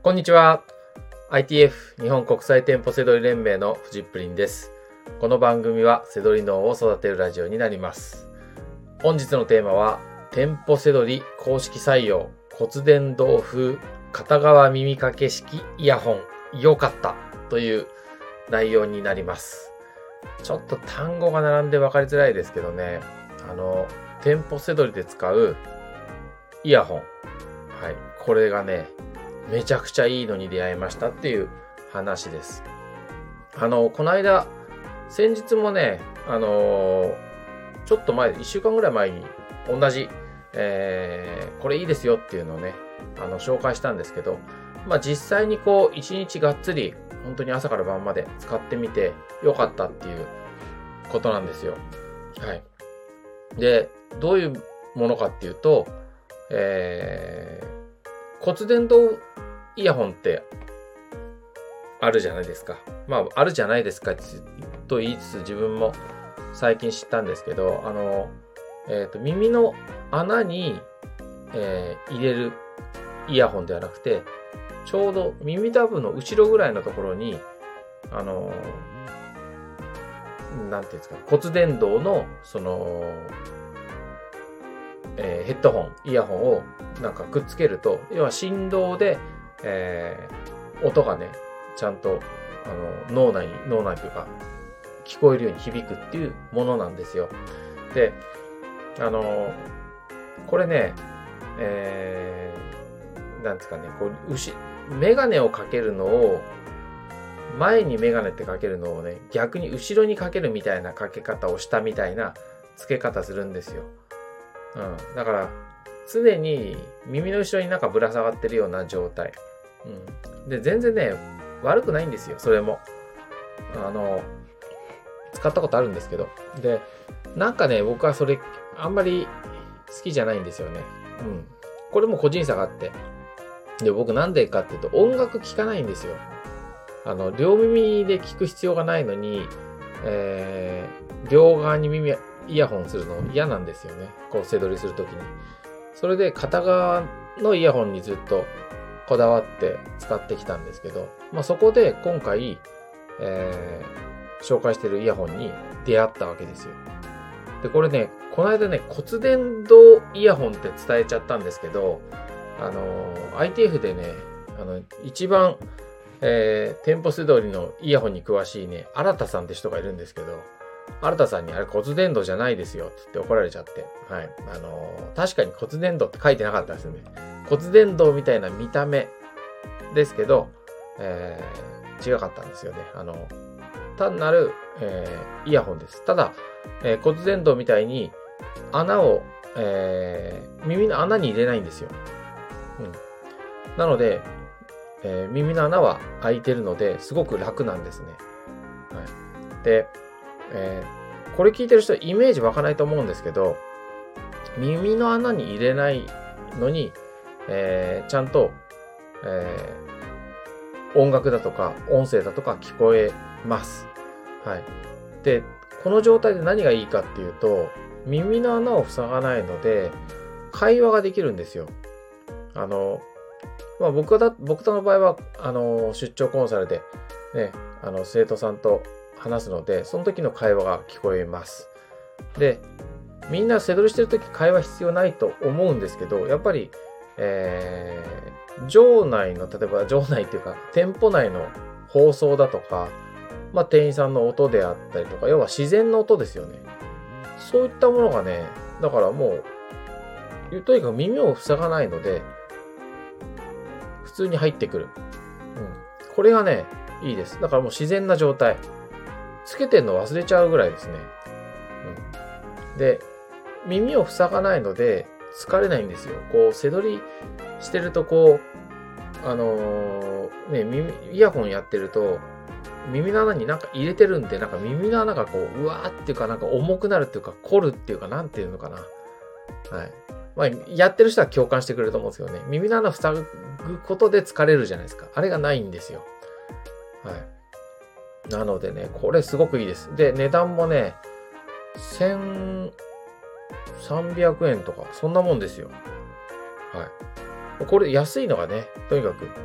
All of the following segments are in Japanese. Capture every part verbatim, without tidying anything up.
こんにちは。アイティーエフ 日本国際店舗セドリ連盟のフジップリンです。この番組はセドリ脳を育てるラジオになります。本日のテーマは店舗セドリ公式採用骨伝導風片側耳掛け式イヤホン良かったという内容になります。ちょっと単語が並んで分かりづらいですけどね、あの店舗セドリで使うイヤホン、はい、これがねめちゃくちゃいいのに出会いましたっていう話です。あのこの間先日もねあのちょっと前いっしゅうかんぐらい前に同じ、えー、これいいですよっていうのをねあの紹介したんですけど、まあ実際にこう一日がっつり本当に朝から晩まで使ってみてよかったっていうことなんですよ。はい。でどういうものかっていうと、えー、骨伝導イヤホンってあるじゃないですか。まああるじゃないですかと言いつつ自分も最近知ったんですけど、あの、えーと、耳の穴に、えー、入れるイヤホンではなくて、ちょうど耳たぶの後ろぐらいのところにあのなんていうんですか、骨伝導のその、えー、ヘッドホンイヤホンをなんかくっつけると、要は振動で、えー、音がねちゃんとあの脳内に脳内というか聞こえるように響くっていうものなんですよ。で、あのこれね、えー、なんですかね、こう牛メガネをかけるのを前にメガネってかけるのをね逆に後ろにかけるみたいなかけ方をしたみたいな付け方するんですよ。うん、だから常に耳の後ろになんかぶら下がってるような状態。うん、で全然ね悪くないんですよ。それもあの使ったことあるんですけど、でなんかね僕はそれあんまり好きじゃないんですよね。うん、これも個人差があって、で僕なんでかっていうと音楽聴かないんですよ。あの両耳で聞く必要がないのに、えー、両側に耳イヤホンするの嫌なんですよね。こう背取りするときに。それで片側のイヤホンにずっとこだわって使ってきたんですけど、まあ、そこで今回、えー、紹介しているイヤホンに出会ったわけですよ。でこれねこの間ね骨伝導イヤホンって伝えちゃったんですけど、あのー、アイティーエフ でねあの一番、えー、店舗セドリのイヤホンに詳しいね新田さんって人がいるんですけど、新田さんにあれ骨伝導じゃないですよって言って怒られちゃって、はい、あのー、確かに骨伝導って書いてなかったんですよね。骨伝導みたいな見た目ですけど、えー、違かったんですよね。あの単なる、えー、イヤホンです。ただ、えー、骨伝導みたいに穴を、えー、耳の穴に入れないんですよ。うん、なので、えー、耳の穴は開いてるのですごく楽なんですね。はい、で、えー、これ聞いてる人イメージ湧かないと思うんですけど、耳の穴に入れないのに、えー、ちゃんと、えー、音楽だとか音声だとか聞こえます。はい。で、この状態で何がいいかっていうと、耳の穴を塞がないので会話ができるんですよ。あの、まあ、僕だ僕との場合はあの出張コンサルで、ね、あの生徒さんと話すので、その時の会話が聞こえます。で、みんな背取りしてる時会話必要ないと思うんですけど、やっぱり、えー、場内の、例えば場内っていうか店舗内の放送だとか、まあ、店員さんの音であったりとか、要は自然の音ですよね。そういったものがね、だからもうとにかく耳を塞がないので普通に入ってくる。うん、これがねいいです。だからもう自然な状態。つけてんの忘れちゃうぐらいですね。うん、で、耳を塞がないので疲れないんですよ。こう背取りしてるとこうあのー、ね耳イヤホンやってると耳の穴になんか入れてるんで、なんか耳の穴がこううわーっていうかなんか重くなるっていうか凝るっていうかなんていうのかな。はい。まあやってる人は共感してくれると思うんですけどね。耳の穴塞ぐことで疲れるじゃないですか。あれがないんですよ。はい。なのでね、これすごくいいです。で、値段もね、せんさんびゃくえんとか、そんなもんですよ。はい。これ安いのがね、とにかく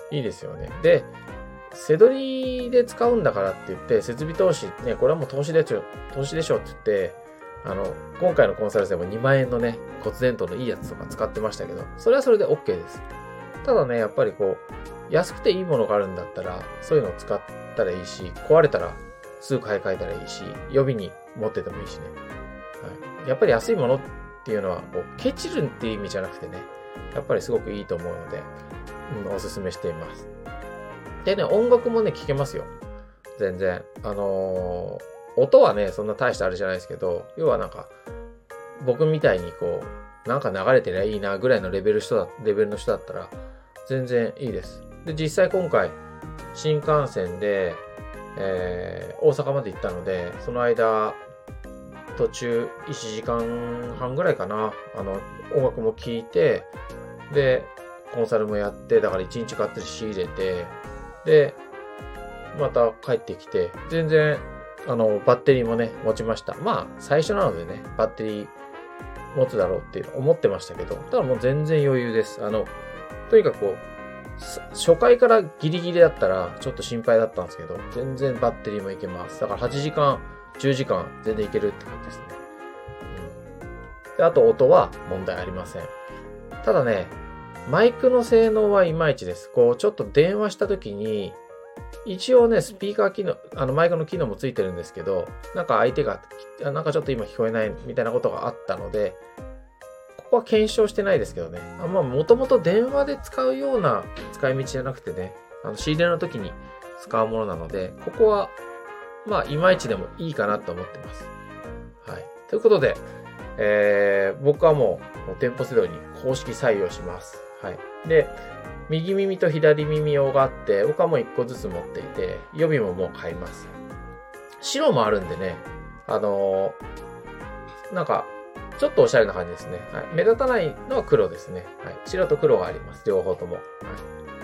いいですよね。で、背取りで使うんだからって言って、設備投資、ね、これはもう投資でしょ、投資でしょって言って、あの、今回のコンサルでもにまんえんのね、骨伝導のいいやつとか使ってましたけど、それはそれで OK です。ただね、やっぱりこう、安くていいものがあるんだったら、そういうのを使ったらいいし、壊れたらすぐ買い替えたらいいし、予備に持っててもいいしね。はい、やっぱり安いものっていうのは、こう、ケチるっていう意味じゃなくてね、やっぱりすごくいいと思うので、うん、おすすめしています。でね、音楽もね、聴けますよ。全然。あのー、音はね、そんな大したあれじゃないですけど、要はなんか、僕みたいにこう、なんか流れてりゃいいなぐらいのレベル人だ、レベルの人だったら、全然いいです。で、実際今回、新幹線で、えー、大阪まで行ったので、その間、途中いちじかんはんぐらいかな、あの、音楽も聴いて、で、コンサルもやって、だからいちにちがっつり仕入れて、で、また帰ってきて、全然、あの、バッテリーもね、持ちました。まあ、最初なのでね、バッテリー持つだろうっていうの思ってましたけど、ただもう全然余裕です。あの、とにかくこう、初回からギリギリだったらちょっと心配だったんですけど、全然バッテリーもいけます。だからはちじかん、じゅうじかん全然いけるって感じですね。うん、で、あと音は問題ありません。ただね、マイクの性能はいまいちです。こう、ちょっと電話した時に、一応ね、スピーカー機能、あのマイクの機能もついてるんですけど、なんか相手が、なんかちょっと今聞こえないみたいなことがあったので、ここは検証してないですけどね。あまあ、もともと電話で使うような使い道じゃなくてね、あの仕入れの時に使うものなので、ここは、まあ、いまいちでもいいかなと思ってます。はい。ということで、えー、僕はもう、店舗セドリに公式採用します。はい。で、右耳と左耳用があって、僕はもういっこずつ持っていて、予備ももう買います。白もあるんでね、あのー、なんか、ちょっとおしゃれな感じですね。はい。目立たないのは黒ですね。はい。白と黒があります。両方とも。はい。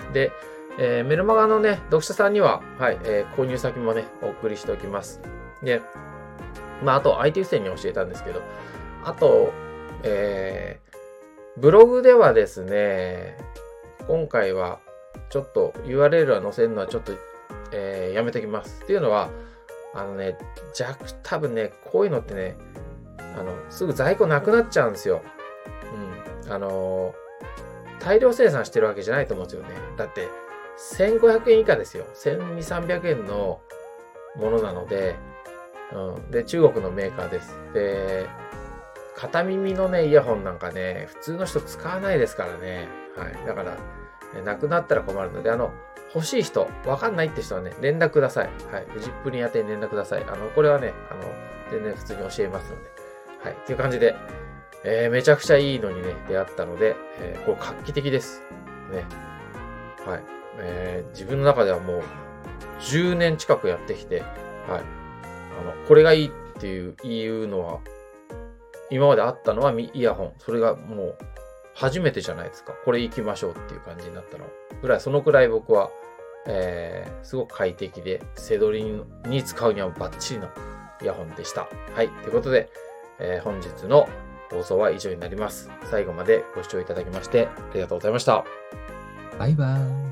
で、えー、メルマガのね、読者さんには、はい、えー、購入先もね、お送りしておきます。で、まあ、あと、相手優先に教えたんですけど、あと、えー、ブログではですね、今回は、ちょっと ユーアールエル は載せるのはちょっと、えー、やめときます。っていうのは、あのね、弱、多分ね、こういうのってね、あの、すぐ在庫なくなっちゃうんですよ。うん。あのー、大量生産してるわけじゃないと思うんですよね。だって、せんごひゃくえん以下ですよ。せんにひゃく、さんびゃくえんのものなので、うん。で、中国のメーカーです。で、片耳のね、イヤホンなんかね、普通の人使わないですからね。はい。だから、なくなったら困るので、あの、欲しい人、わかんないって人はね、連絡ください。はい。フジップに宛てに連絡ください。あの、これはね、あの、全然普通に教えますので。はい。っていう感じで、えー、めちゃくちゃいいのにね、出会ったので、えー、これ画期的です。ね。はい。えー、自分の中ではもう、じゅうねん近くやってきて、はい。あの、これがいいっていう、いうのは、今まであったのはイヤホン。それがもう、初めてじゃないですか。これ行きましょうっていう感じになったの。ぐらい、そのくらい僕は、えー、すごく快適で、背取りに使うにはバッチリのイヤホンでした。はい。ということで、えー、本日の放送は以上になります。最後までご視聴いただきましてありがとうございました。 バイバーイ。